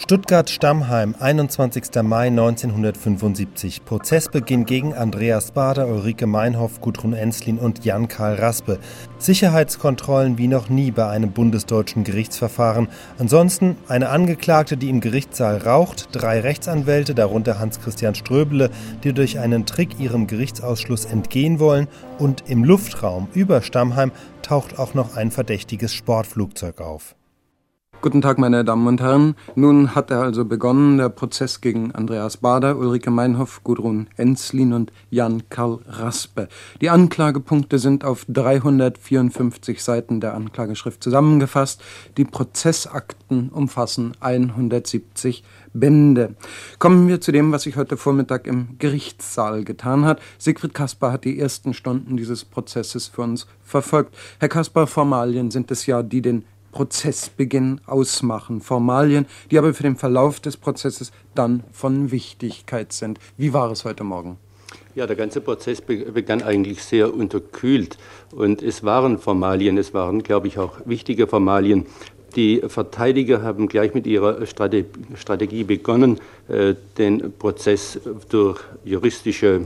Stuttgart-Stammheim, 21. Mai 1975. Prozessbeginn gegen Andreas Baader, Ulrike Meinhof, Gudrun Ensslin und Jan-Karl Raspe. Sicherheitskontrollen wie noch nie bei einem bundesdeutschen Gerichtsverfahren. Ansonsten eine Angeklagte, die im Gerichtssaal raucht, 3 Rechtsanwälte, darunter Hans-Christian Ströbele, die durch einen Trick ihrem Gerichtsausschluss entgehen wollen, und im Luftraum über Stammheim taucht auch noch ein verdächtiges Sportflugzeug auf. Guten Tag, meine Damen und Herren. Nun hat er also begonnen, der Prozess gegen Andreas Baader, Ulrike Meinhof, Gudrun Ensslin und Jan-Karl Raspe. Die Anklagepunkte sind auf 354 Seiten der Anklageschrift zusammengefasst. Die Prozessakten umfassen 170 Bände. Kommen wir zu dem, was sich heute Vormittag im Gerichtssaal getan hat. Siegfried Caspar hat die ersten Stunden dieses Prozesses für uns verfolgt. Herr Caspar, Formalien sind es ja, die den Prozessbeginn ausmachen. Formalien, die aber für den Verlauf des Prozesses dann von Wichtigkeit sind. Wie war es heute Morgen? Ja, der ganze Prozess begann eigentlich sehr unterkühlt. Und es waren Formalien, es waren, glaube ich, auch wichtige Formalien. Die Verteidiger haben gleich mit ihrer Strategie begonnen, den Prozess durch juristische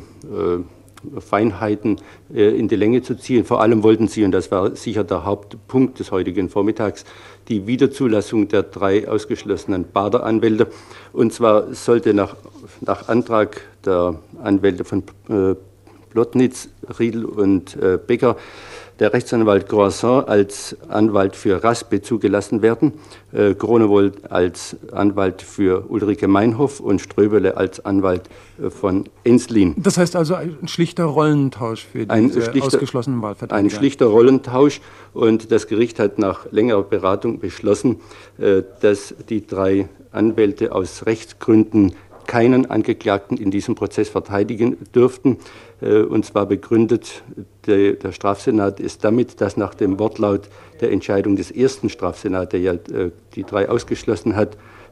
Feinheiten in die Länge zu ziehen. Vor allem wollten sie, und das war sicher der Hauptpunkt des heutigen Vormittags, die Wiederzulassung der 3 ausgeschlossenen Baader-Anwälte. Und zwar sollte nach Antrag der Anwälte von Plotnitz, Riedl und Becker der Rechtsanwalt Croissant als Anwalt für Raspe zugelassen werden, Groenewold als Anwalt für Ulrike Meinhof und Ströbele als Anwalt von Ensslin. Das heißt also ein schlichter Rollentausch für diese ausgeschlossenen Wahlverteidiger? Ein schlichter Rollentausch, und das Gericht hat nach längerer Beratung beschlossen, dass die 3 Anwälte aus Rechtsgründen keinen Angeklagten in diesem Prozess verteidigen dürften. Und zwar begründet der Strafsenat ist damit, dass nach dem Wortlaut der Entscheidung des ersten Strafsenats, der ja die 3 ausgeschlossen hat,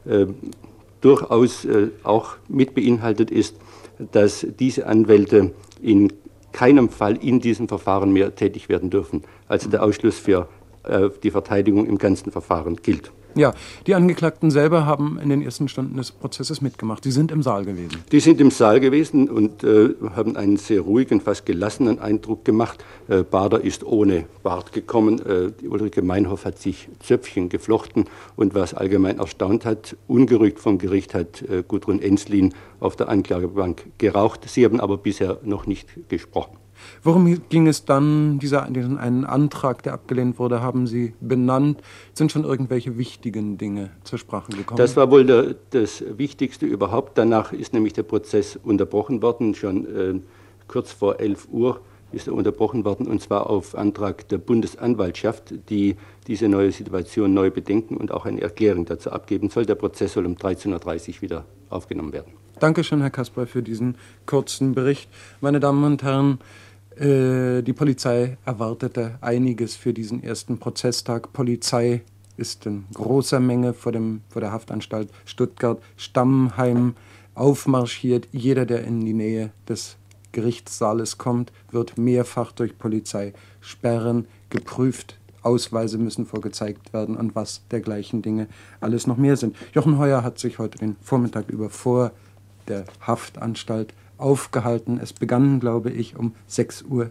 durchaus auch mit beinhaltet ist, dass diese Anwälte in keinem Fall in diesem Verfahren mehr tätig werden dürfen. Also der Ausschluss für die Verteidigung im ganzen Verfahren gilt. Ja, die Angeklagten selber haben in den ersten Stunden des Prozesses mitgemacht. Sie sind im Saal gewesen. Die sind im Saal gewesen und haben einen sehr ruhigen, fast gelassenen Eindruck gemacht. Baader ist ohne Bart gekommen. Die Ulrike Meinhof hat sich Zöpfchen geflochten. Und was allgemein erstaunt hat, ungerügt vom Gericht hat Gudrun Ensslin auf der Anklagebank geraucht. Sie haben aber bisher noch nicht gesprochen. Worum ging es dann, diesen einen Antrag, der abgelehnt wurde, haben Sie benannt? Sind schon irgendwelche wichtigen Dinge zur Sprache gekommen? Das war wohl das Wichtigste überhaupt. Danach ist nämlich der Prozess unterbrochen worden. Schon kurz vor 11 Uhr ist er unterbrochen worden, und zwar auf Antrag der Bundesanwaltschaft, die diese neue Situation neu bedenken und auch eine Erklärung dazu abgeben soll. Der Prozess soll um 13.30 Uhr wieder aufgenommen werden. Dankeschön, Herr Caspar, für diesen kurzen Bericht. Meine Damen und Herren, die Polizei erwartete einiges für diesen ersten Prozesstag. Polizei ist in großer Menge vor der Haftanstalt Stuttgart-Stammheim aufmarschiert. Jeder, der in die Nähe des Gerichtssaales kommt, wird mehrfach durch Polizeisperren geprüft. Ausweise müssen vorgezeigt werden und was dergleichen Dinge alles noch mehr sind. Jochen Heuer hat sich heute den Vormittag über vor der Haftanstalt aufgehalten. Es begann, glaube ich, um 6.57 Uhr.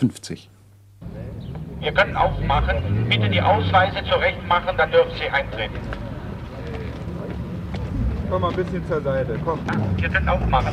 Ihr könnt aufmachen. Bitte die Ausweise zurecht machen, dann dürfen Sie eintreten. Komm mal ein bisschen zur Seite, komm. Ihr könnt aufmachen.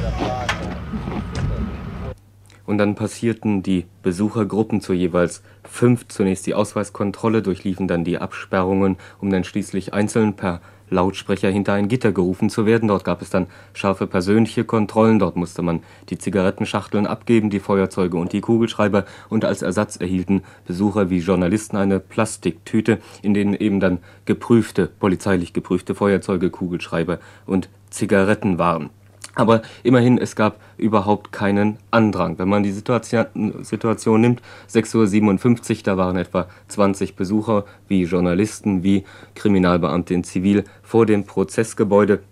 Und dann passierten die Besuchergruppen zu jeweils 5 zunächst die Ausweiskontrolle, durchliefen dann die Absperrungen, um dann schließlich einzeln per Lautsprecher hinter ein Gitter gerufen zu werden. Dort gab es dann scharfe persönliche Kontrollen. Dort musste man die Zigarettenschachteln abgeben, die Feuerzeuge und die Kugelschreiber. Und als Ersatz erhielten Besucher wie Journalisten eine Plastiktüte, in denen eben dann polizeilich geprüfte Feuerzeuge, Kugelschreiber und Zigaretten waren. Aber immerhin, es gab überhaupt keinen Andrang. Wenn man die Situation nimmt, 6.57 Uhr, da waren etwa 20 Besucher, wie Journalisten, wie Kriminalbeamte in Zivil, vor dem Prozessgebäude.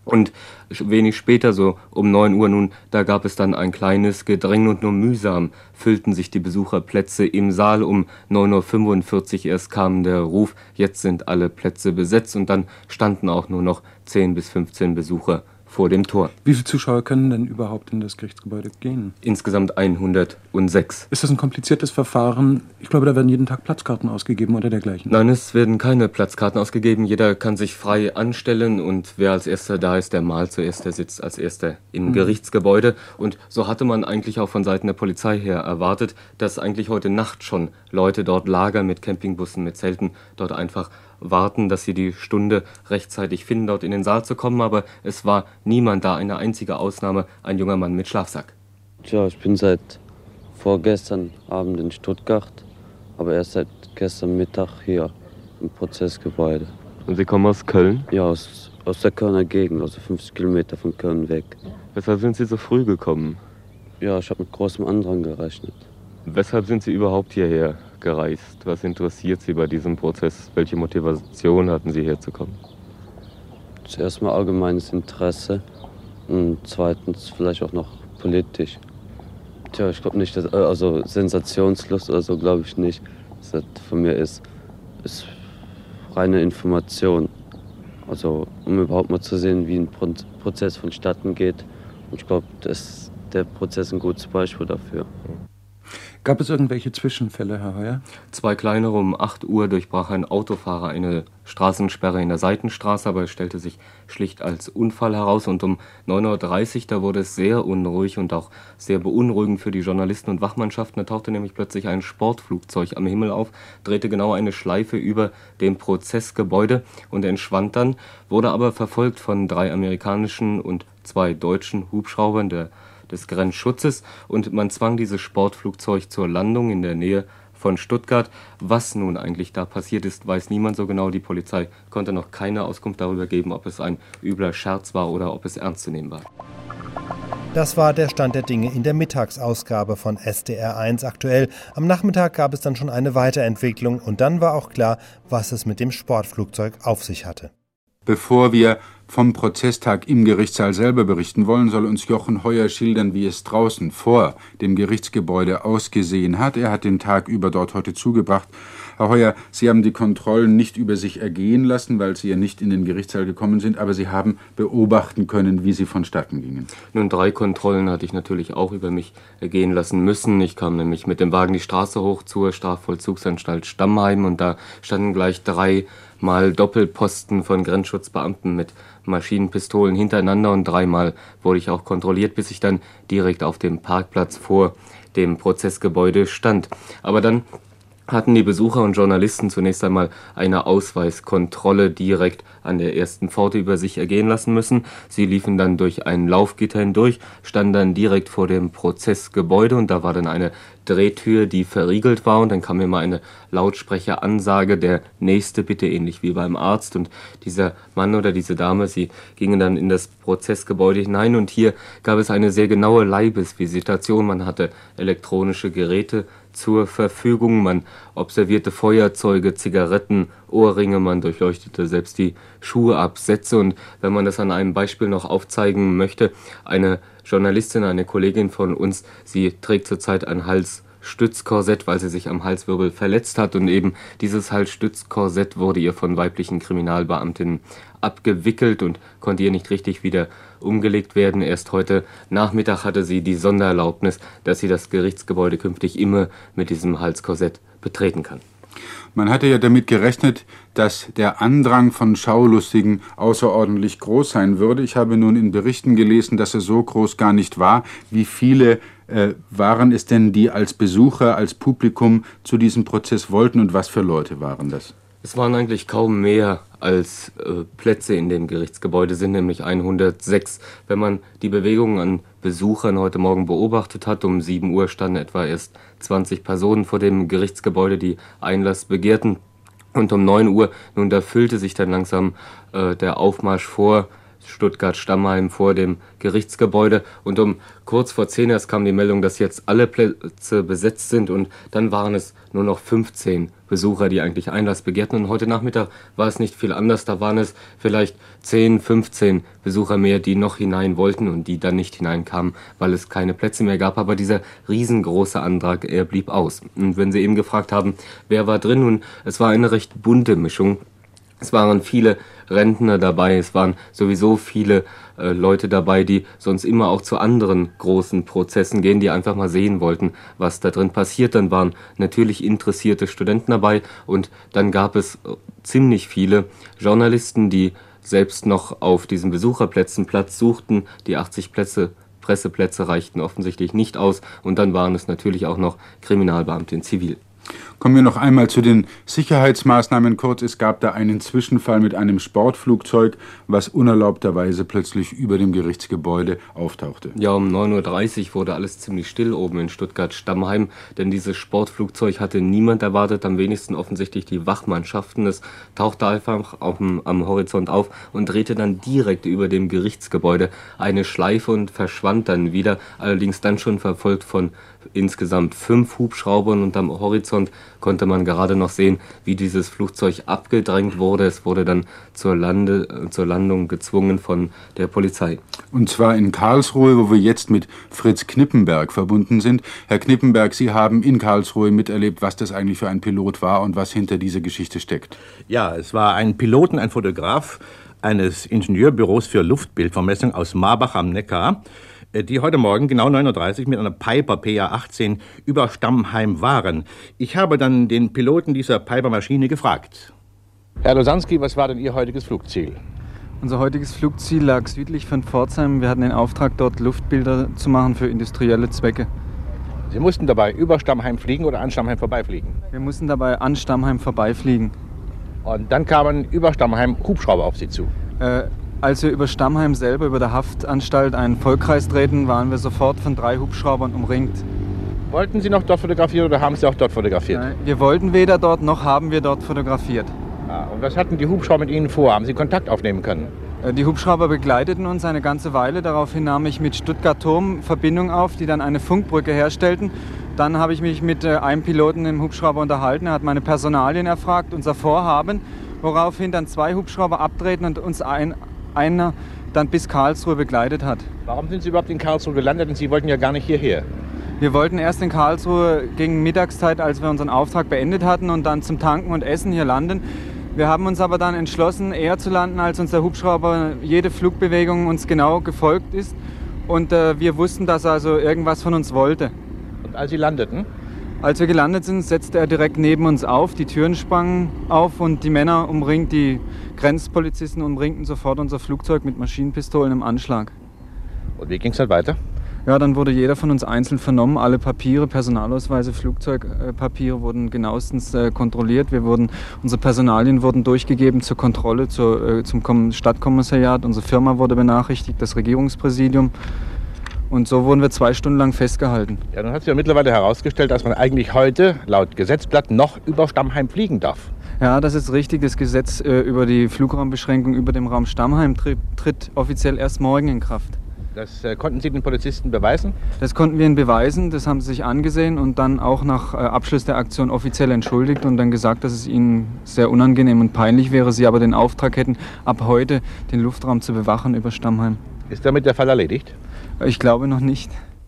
Und wenig später, so um 9 Uhr nun, da gab es dann ein kleines Gedränge und nur mühsam füllten sich die Besucherplätze im Saal. Um 9:45 Uhr erst kam der Ruf, jetzt sind alle Plätze besetzt, und dann standen auch nur noch 10 bis 15 Besucher vor dem Tor. Wie viele Zuschauer können denn überhaupt in das Gerichtsgebäude gehen? Insgesamt 106. Ist das ein kompliziertes Verfahren? Ich glaube, da werden jeden Tag Platzkarten ausgegeben oder dergleichen. Nein, es werden keine Platzkarten ausgegeben. Jeder kann sich frei anstellen, und wer als Erster da ist, der malt zuerst, der sitzt als Erster im Gerichtsgebäude. Und so hatte man eigentlich auch von Seiten der Polizei her erwartet, dass eigentlich heute Nacht schon Leute dort lagern mit Campingbussen, mit Zelten, dort einfach warten, dass sie die Stunde rechtzeitig finden, dort in den Saal zu kommen. Aber es war niemand da, eine einzige Ausnahme, ein junger Mann mit Schlafsack. Tja, ich bin seit vorgestern Abend in Stuttgart, aber erst seit gestern Mittag hier im Prozessgebäude. Und Sie kommen aus Köln? Ja, aus der Kölner Gegend, also 50 Kilometer von Köln weg. Weshalb sind Sie so früh gekommen? Ja, ich habe mit großem Andrang gerechnet. Weshalb sind Sie überhaupt hierher gereist? Was interessiert Sie bei diesem Prozess? Welche Motivation hatten Sie herzukommen? Zuerst mal allgemeines Interesse und zweitens vielleicht auch noch politisch. Tja, ich glaube nicht, also Sensationslust oder so glaube ich nicht, dass das von mir ist reine Information. Also um überhaupt mal zu sehen, wie ein Prozess vonstatten geht. Und ich glaube, der Prozess ist ein gutes Beispiel dafür. Gab es irgendwelche Zwischenfälle, Herr Heuer? 2 kleinere. Um 8 Uhr durchbrach ein Autofahrer eine Straßensperre in der Seitenstraße, aber es stellte sich schlicht als Unfall heraus. Und um 9:30 Uhr, da wurde es sehr unruhig und auch sehr beunruhigend für die Journalisten und Wachmannschaften. Da tauchte nämlich plötzlich ein Sportflugzeug am Himmel auf, drehte genau eine Schleife über dem Prozessgebäude und entschwand dann, wurde aber verfolgt von 3 amerikanischen und 2 deutschen Hubschraubern des Grenzschutzes, und man zwang dieses Sportflugzeug zur Landung in der Nähe von Stuttgart. Was nun eigentlich da passiert ist, weiß niemand so genau. Die Polizei konnte noch keine Auskunft darüber geben, ob es ein übler Scherz war oder ob es ernst zu nehmen war. Das war der Stand der Dinge in der Mittagsausgabe von SDR1 aktuell. Am Nachmittag gab es dann schon eine Weiterentwicklung, und dann war auch klar, was es mit dem Sportflugzeug auf sich hatte. Bevor wir vom Prozesstag im Gerichtssaal selber berichten wollen, soll uns Jochen Heuer schildern, wie es draußen vor dem Gerichtsgebäude ausgesehen hat. Er hat den Tag über dort heute zugebracht. Herr Heuer, Sie haben die Kontrollen nicht über sich ergehen lassen, weil Sie ja nicht in den Gerichtssaal gekommen sind, aber Sie haben beobachten können, wie sie vonstatten gingen. Nun, 3 Kontrollen hatte ich natürlich auch über mich ergehen lassen müssen. Ich kam nämlich mit dem Wagen die Straße hoch zur Strafvollzugsanstalt Stammheim, und da standen gleich 3 Mal Doppelposten von Grenzschutzbeamten mit Maschinenpistolen hintereinander, und 3 Mal wurde ich auch kontrolliert, bis ich dann direkt auf dem Parkplatz vor dem Prozessgebäude stand. Aber dann hatten die Besucher und Journalisten zunächst einmal eine Ausweiskontrolle direkt an der ersten Pforte über sich ergehen lassen müssen. Sie liefen dann durch ein Laufgitter hindurch, standen dann direkt vor dem Prozessgebäude, und da war dann eine Drehtür, die verriegelt war, und dann kam immer eine Lautsprecheransage, der Nächste bitte, ähnlich wie beim Arzt, und dieser Mann oder diese Dame, sie gingen dann in das Prozessgebäude hinein, und hier gab es eine sehr genaue Leibesvisitation. Man hatte elektronische Geräte zur Verfügung, man observierte Feuerzeuge, Zigaretten, Ohrringe, man durchleuchtete selbst die Schuhabsätze. Und wenn man das an einem Beispiel noch aufzeigen möchte, eine Journalistin, eine Kollegin von uns, sie trägt zurzeit ein Halsstützkorsett, weil sie sich am Halswirbel verletzt hat, und eben dieses Halsstützkorsett wurde ihr von weiblichen Kriminalbeamtinnen abgewickelt und konnte ihr nicht richtig wieder umgelegt werden. Erst heute Nachmittag hatte sie die Sondererlaubnis, dass sie das Gerichtsgebäude künftig immer mit diesem Halskorsett betreten kann. Man hatte ja damit gerechnet, dass der Andrang von Schaulustigen außerordentlich groß sein würde. Ich habe nun in Berichten gelesen, dass er so groß gar nicht war. Wie viele waren es denn, die als Besucher, als Publikum zu diesem Prozess wollten, und was für Leute waren das? Es waren eigentlich kaum mehr als Plätze in dem Gerichtsgebäude sind, nämlich 106. Wenn man die Bewegungen an Besuchern heute Morgen beobachtet hat, um 7 Uhr standen etwa erst 20 Personen vor dem Gerichtsgebäude, die Einlass begehrten. Und um 9 Uhr, nun da füllte sich dann langsam der Aufmarsch vor Stuttgart-Stammheim vor dem Gerichtsgebäude. Und um kurz vor 10 erst kam die Meldung, dass jetzt alle Plätze besetzt sind. Und dann waren es nur noch 15 Besucher, die eigentlich Einlass begehrten. Und heute Nachmittag war es nicht viel anders. Da waren es vielleicht 10, 15 Besucher mehr, die noch hinein wollten und die dann nicht hineinkamen, weil es keine Plätze mehr gab. Aber dieser riesengroße Antrag, er blieb aus. Und wenn Sie eben gefragt haben, wer war drin? Nun, es war eine recht bunte Mischung. Es waren viele Rentner dabei, es waren sowieso viele Leute dabei, die sonst immer auch zu anderen großen Prozessen gehen, die einfach mal sehen wollten, was da drin passiert. Dann waren natürlich interessierte Studenten dabei und dann gab es ziemlich viele Journalisten, die selbst noch auf diesen Besucherplätzen Platz suchten. Die 80 Presseplätze reichten offensichtlich nicht aus und dann waren es natürlich auch noch Kriminalbeamte in Zivil. Kommen wir noch einmal zu den Sicherheitsmaßnahmen kurz. Es gab da einen Zwischenfall mit einem Sportflugzeug, was unerlaubterweise plötzlich über dem Gerichtsgebäude auftauchte. Ja, um 9:30 Uhr wurde alles ziemlich still oben in Stuttgart-Stammheim, denn dieses Sportflugzeug hatte niemand erwartet, am wenigsten offensichtlich die Wachmannschaften. Es tauchte einfach am Horizont auf und drehte dann direkt über dem Gerichtsgebäude eine Schleife und verschwand dann wieder, allerdings dann schon verfolgt von insgesamt 5 Hubschraubern und am Horizont konnte man gerade noch sehen, wie dieses Flugzeug abgedrängt wurde. Es wurde dann zur Landung gezwungen von der Polizei. Und zwar in Karlsruhe, wo wir jetzt mit Fritz Knippenberg verbunden sind. Herr Knippenberg, Sie haben in Karlsruhe miterlebt, was das eigentlich für ein Pilot war und was hinter dieser Geschichte steckt. Ja, es war ein Pilot und ein Fotograf eines Ingenieurbüros für Luftbildvermessung aus Marbach am Neckar, die heute Morgen genau 9:30 Uhr mit einer Piper PA-18 über Stammheim waren. Ich habe dann den Piloten dieser Piper-Maschine gefragt. Herr Losanski, was war denn Ihr heutiges Flugziel? Unser heutiges Flugziel lag südlich von Pforzheim. Wir hatten den Auftrag, dort Luftbilder zu machen für industrielle Zwecke. Sie mussten dabei über Stammheim fliegen oder an Stammheim vorbeifliegen? Wir mussten dabei an Stammheim vorbeifliegen. Und dann kamen über Stammheim Hubschrauber auf Sie zu? Als wir über Stammheim selber, über der Haftanstalt, einen Vollkreis drehten, waren wir sofort von 3 Hubschraubern umringt. Wollten Sie noch dort fotografieren oder haben Sie auch dort fotografiert? Nein, wir wollten weder dort, noch haben wir dort fotografiert. Und was hatten die Hubschrauber mit Ihnen vor? Haben Sie Kontakt aufnehmen können? Die Hubschrauber begleiteten uns eine ganze Weile. Daraufhin nahm ich mit Stuttgart-Turm Verbindung auf, die dann eine Funkbrücke herstellten. Dann habe ich mich mit einem Piloten im Hubschrauber unterhalten. Er hat meine Personalien erfragt, unser Vorhaben, woraufhin dann 2 Hubschrauber abtreten und uns einer dann bis Karlsruhe begleitet hat. Warum sind Sie überhaupt in Karlsruhe gelandet? Denn Sie wollten ja gar nicht hierher. Wir wollten erst in Karlsruhe gegen Mittagszeit, als wir unseren Auftrag beendet hatten, und dann zum Tanken und Essen hier landen. Wir haben uns aber dann entschlossen, eher zu landen, als unser Hubschrauber jede Flugbewegung uns genau gefolgt ist. Und wir wussten, dass er also irgendwas von uns wollte. Und als Sie landeten? Als wir gelandet sind, setzte er direkt neben uns auf, die Türen sprangen auf und die Männer die Grenzpolizisten umringten sofort unser Flugzeug mit Maschinenpistolen im Anschlag. Und wie ging es dann weiter? Ja, dann wurde jeder von uns einzeln vernommen. Alle Papiere, Personalausweise, Flugzeugpapiere wurden genauestens kontrolliert. Unsere Personalien wurden durchgegeben zur Kontrolle zum Stadtkommissariat. Unsere Firma wurde benachrichtigt, das Regierungspräsidium. Und so wurden wir 2 Stunden lang festgehalten. Ja, dann hat sich ja mittlerweile herausgestellt, dass man eigentlich heute laut Gesetzblatt noch über Stammheim fliegen darf. Ja, das ist richtig. Das Gesetz über die Flugraumbeschränkung über dem Raum Stammheim tritt offiziell erst morgen in Kraft. Das konnten Sie den Polizisten beweisen? Das konnten wir ihnen beweisen, das haben sie sich angesehen und dann auch nach Abschluss der Aktion offiziell entschuldigt und dann gesagt, dass es ihnen sehr unangenehm und peinlich wäre, sie aber den Auftrag hätten, ab heute den Luftraum zu bewachen über Stammheim. Ist damit der Fall erledigt? Ich glaube noch nicht.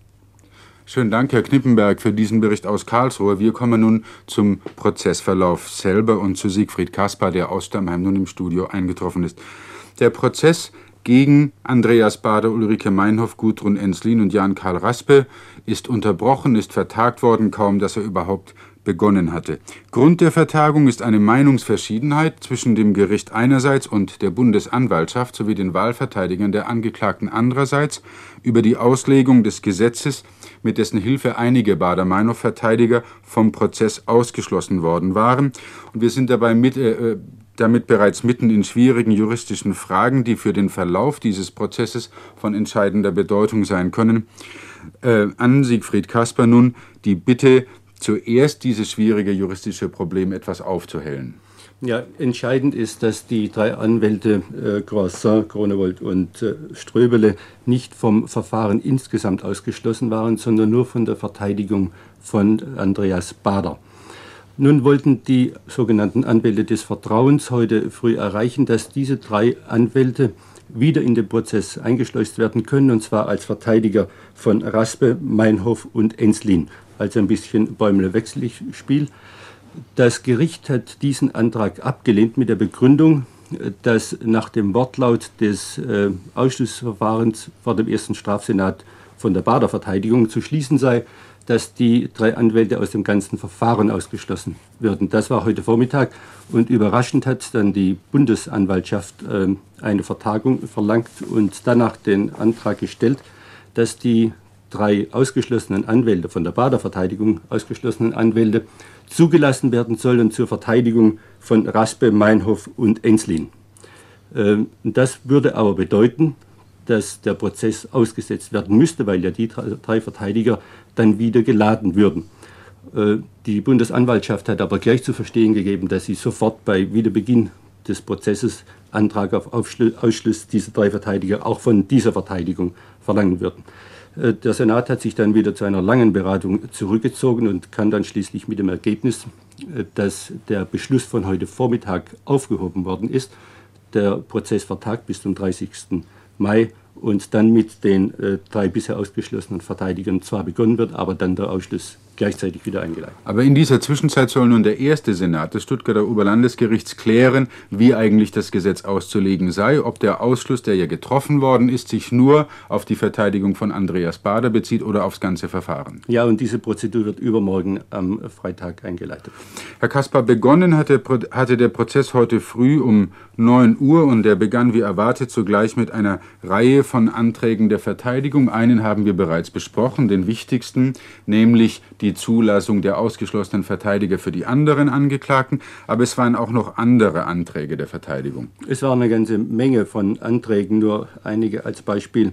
Schönen Dank, Herr Knippenberg, für diesen Bericht aus Karlsruhe. Wir kommen nun zum Prozessverlauf selber und zu Siegfried Kaspar, der aus Stammheim nun im Studio eingetroffen ist. Der Prozess gegen Andreas Baader, Ulrike Meinhof, Gudrun Ensslin und Jan-Carl Raspe ist unterbrochen, ist vertagt worden, kaum dass er überhaupt begonnen hatte. Grund der Vertagung ist eine Meinungsverschiedenheit zwischen dem Gericht einerseits und der Bundesanwaltschaft sowie den Wahlverteidigern der Angeklagten andererseits über die Auslegung des Gesetzes, mit dessen Hilfe einige Baader-Meinhof-Verteidiger vom Prozess ausgeschlossen worden waren. Und wir sind dabei damit bereits mitten in schwierigen juristischen Fragen, die für den Verlauf dieses Prozesses von entscheidender Bedeutung sein können. An Siegfried Kaspar nun die Bitte, zuerst dieses schwierige juristische Problem etwas aufzuhellen. Ja, entscheidend ist, dass die drei Anwälte Croissant, Groenewold und Ströbele nicht vom Verfahren insgesamt ausgeschlossen waren, sondern nur von der Verteidigung von Andreas Baader. Nun wollten die sogenannten Anwälte des Vertrauens heute früh erreichen, dass diese drei Anwälte wieder in den Prozess eingeschleust werden können, und zwar als Verteidiger von Raspe, Meinhof und Enslin. Also ein bisschen Bäumle-Wechsel-Spiel. Das Gericht hat diesen Antrag abgelehnt mit der Begründung, dass nach dem Wortlaut des Ausschlussverfahrens vor dem ersten Strafsenat von der Baader Verteidigung zu schließen sei, dass die drei Anwälte aus dem ganzen Verfahren ausgeschlossen würden. Das war heute Vormittag, und überraschend hat dann die Bundesanwaltschaft eine Vertagung verlangt und danach den Antrag gestellt, dass die drei ausgeschlossenen Anwälte, von der Baader Verteidigung ausgeschlossenen Anwälte, zugelassen werden sollen zur Verteidigung von Raspe, Meinhof und Enslin. Das würde aber bedeuten, dass der Prozess ausgesetzt werden müsste, weil ja die drei Verteidiger dann wieder geladen würden. Die Bundesanwaltschaft hat aber gleich zu verstehen gegeben, dass sie sofort bei Wiederbeginn des Prozesses Antrag auf Ausschluss dieser drei Verteidiger auch von dieser Verteidigung verlangen würden. Der Senat hat sich dann wieder zu einer langen Beratung zurückgezogen und kann dann schließlich mit dem Ergebnis, dass der Beschluss von heute Vormittag aufgehoben worden ist, der Prozess vertagt bis zum 30. Mai und dann mit den drei bisher ausgeschlossenen Verteidigern zwar begonnen wird, aber dann der Ausschluss gleichzeitig wieder eingeleitet. Aber in dieser Zwischenzeit soll nun der erste Senat des Stuttgarter Oberlandesgerichts klären, wie eigentlich das Gesetz auszulegen sei, ob der Ausschluss, der ja getroffen worden ist, sich nur auf die Verteidigung von Andreas Baader bezieht oder aufs ganze Verfahren. Ja, und diese Prozedur wird übermorgen am Freitag eingeleitet. Herr Caspar, begonnen hatte der Prozess heute früh um 9 Uhr und der begann wie erwartet zugleich mit einer Reihe von Anträgen der Verteidigung. Einen haben wir bereits besprochen, den wichtigsten, nämlich die Zulassung der ausgeschlossenen Verteidiger für die anderen Angeklagten, aber es waren auch noch andere Anträge der Verteidigung. Es war eine ganze Menge von Anträgen, nur einige als Beispiel.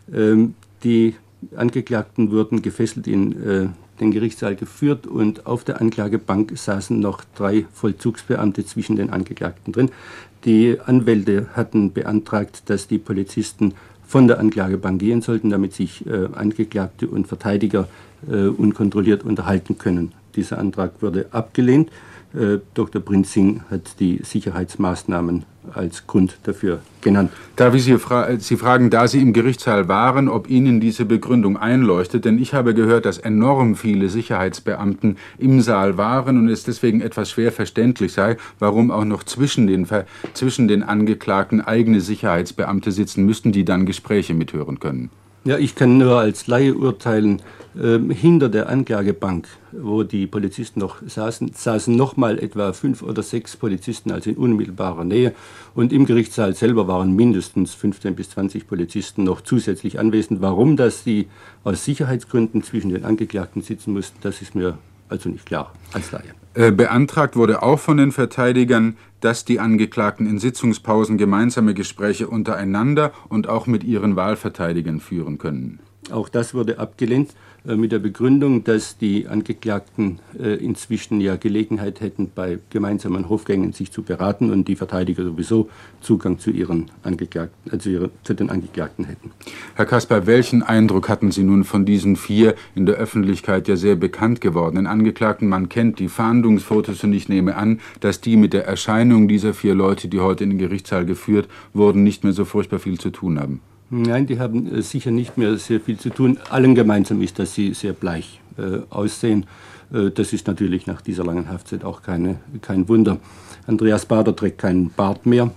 Die Angeklagten wurden gefesselt in den Gerichtssaal geführt und auf der Anklagebank saßen noch 3 Vollzugsbeamte zwischen den Angeklagten drin. Die Anwälte hatten beantragt, dass die Polizisten von der Anklagebank gehen sollten, damit sich Angeklagte und Verteidiger unkontrolliert unterhalten können. Dieser Antrag wurde abgelehnt. Dr. Prinzing hat die Sicherheitsmaßnahmen als Grund dafür genannt. Darf ich Sie fragen, da Sie im Gerichtssaal waren, ob Ihnen diese Begründung einleuchtet? Denn ich habe gehört, dass enorm viele Sicherheitsbeamten im Saal waren und es deswegen etwas schwer verständlich sei, warum auch noch zwischen den Angeklagten eigene Sicherheitsbeamte sitzen müssten, die dann Gespräche mithören können. Ja, ich kann nur als Laie urteilen, hinter der Anklagebank, wo die Polizisten noch saßen noch mal etwa 5 oder 6 Polizisten, also in unmittelbarer Nähe. Und im Gerichtssaal selber waren mindestens 15 bis 20 Polizisten noch zusätzlich anwesend. Warum, dass sie aus Sicherheitsgründen zwischen den Angeklagten sitzen mussten, das ist mir also nicht klar als Laie. Beantragt wurde auch von den Verteidigern, dass die Angeklagten in Sitzungspausen gemeinsame Gespräche untereinander und auch mit ihren Wahlverteidigern führen können. Auch das wurde abgelehnt mit der Begründung, dass die Angeklagten inzwischen ja Gelegenheit hätten, bei gemeinsamen Hofgängen sich zu beraten und die Verteidiger sowieso Zugang zu ihren Angeklagten, zu den Angeklagten hätten. Herr Caspar, welchen Eindruck hatten Sie nun von diesen 4 in der Öffentlichkeit ja sehr bekannt gewordenen Angeklagten? Man kennt die Fahndungsfotos und ich nehme an, dass die mit der Erscheinung dieser 4 Leute, die heute in den Gerichtssaal geführt wurden, nicht mehr so furchtbar viel zu tun haben. Nein, die haben sicher nicht mehr sehr viel zu tun. Allen gemeinsam ist, dass sie sehr bleich aussehen. Das ist natürlich nach dieser langen Haftzeit auch kein Wunder. Andreas Baader trägt keinen Bart mehr.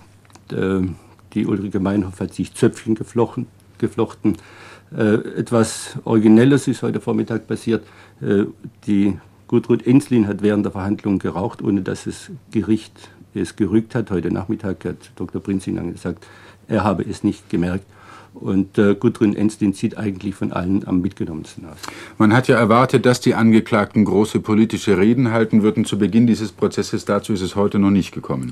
Die Ulrike Meinhof hat sich Zöpfchen geflochten. Etwas Originelles ist heute Vormittag passiert. Die Gudrun Enslin hat während der Verhandlung geraucht, ohne dass das Gericht es gerügt hat. Heute Nachmittag hat Dr. Prinzing gesagt, er habe es nicht gemerkt. Und Gudrun Enslin sieht eigentlich von allen am mitgenommensten aus. Man hat ja erwartet, dass die Angeklagten große politische Reden halten würden zu Beginn dieses Prozesses. Dazu ist es heute noch nicht gekommen.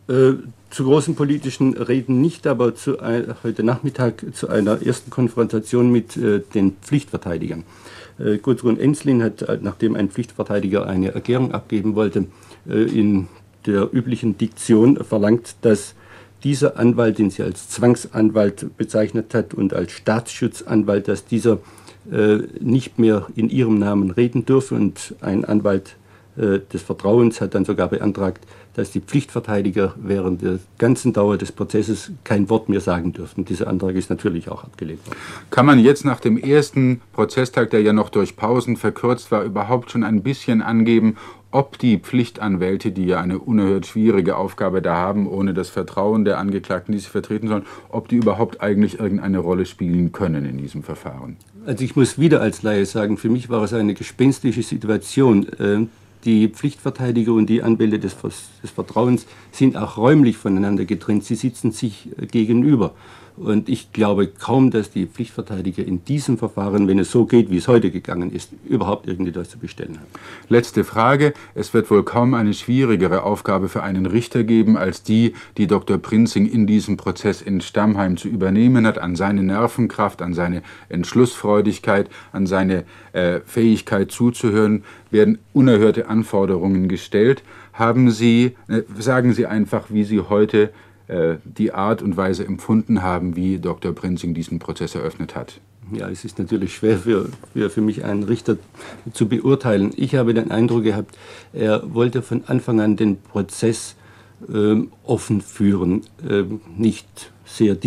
Zu großen politischen Reden nicht, aber heute Nachmittag zu einer ersten Konfrontation mit den Pflichtverteidigern. Gudrun Enslin hat, nachdem ein Pflichtverteidiger eine Erklärung abgeben wollte, in der üblichen Diktion verlangt, dass dieser Anwalt, den sie als Zwangsanwalt bezeichnet hat und als Staatsschutzanwalt, dass dieser nicht mehr in ihrem Namen reden dürfe. Und ein Anwalt des Vertrauens hat dann sogar beantragt, dass die Pflichtverteidiger während der ganzen Dauer des Prozesses kein Wort mehr sagen dürften. Dieser Antrag ist natürlich auch abgelehnt worden. Kann man jetzt nach dem ersten Prozesstag, der ja noch durch Pausen verkürzt war, überhaupt schon ein bisschen angeben, ob die Pflichtanwälte, die ja eine unerhört schwierige Aufgabe da haben, ohne das Vertrauen der Angeklagten, die sie vertreten sollen, ob die überhaupt eigentlich irgendeine Rolle spielen können in diesem Verfahren? Also ich muss wieder als Laie sagen, für mich war es eine gespenstische Situation. Die Pflichtverteidiger und die Anwälte des Vertrauens sind auch räumlich voneinander getrennt. Sie sitzen sich gegenüber. Und ich glaube kaum, dass die Pflichtverteidiger in diesem Verfahren, wenn es so geht, wie es heute gegangen ist, überhaupt irgendetwas zu bestellen haben. Letzte Frage. Es wird wohl kaum eine schwierigere Aufgabe für einen Richter geben, als die Dr. Prinzing in diesem Prozess in Stammheim zu übernehmen hat, an seine Nervenkraft, an seine Entschlussfreudigkeit, an seine Fähigkeit zuzuhören, werden unerhörte Anforderungen gestellt. Sagen Sie einfach, wie Sie heute die Art und Weise empfunden haben, wie Dr. Prinzing diesen Prozess eröffnet hat. Ja, es ist natürlich schwer für mich, einen Richter zu beurteilen. Ich habe den Eindruck gehabt, er wollte von Anfang an den Prozess offen führen, nicht sehr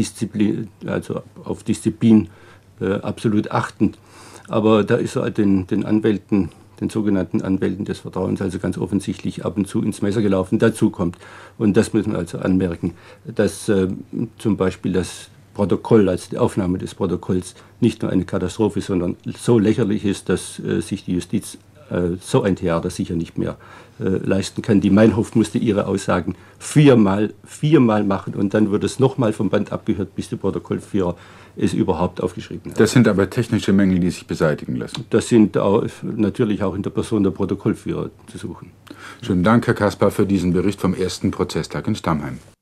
auf Disziplin absolut achtend. Aber da ist er den Anwälten, den sogenannten Anwälten des Vertrauens, also ganz offensichtlich ab und zu ins Messer gelaufen. Dazu kommt, und das müssen wir also anmerken, dass zum Beispiel das Protokoll, also die Aufnahme des Protokolls, nicht nur eine Katastrophe, sondern so lächerlich ist, dass sich die Justiz so ein Theater sicher nicht mehr leisten kann. Die Meinhof musste ihre Aussagen viermal machen und dann wird es nochmal vom Band abgehört, bis der Protokollführer es überhaupt aufgeschrieben hat. Das sind aber technische Mängel, die sich beseitigen lassen. Das sind natürlich auch in der Person der Protokollführer zu suchen. Schönen Dank, Herr Kaspar, für diesen Bericht vom ersten Prozesstag in Stammheim.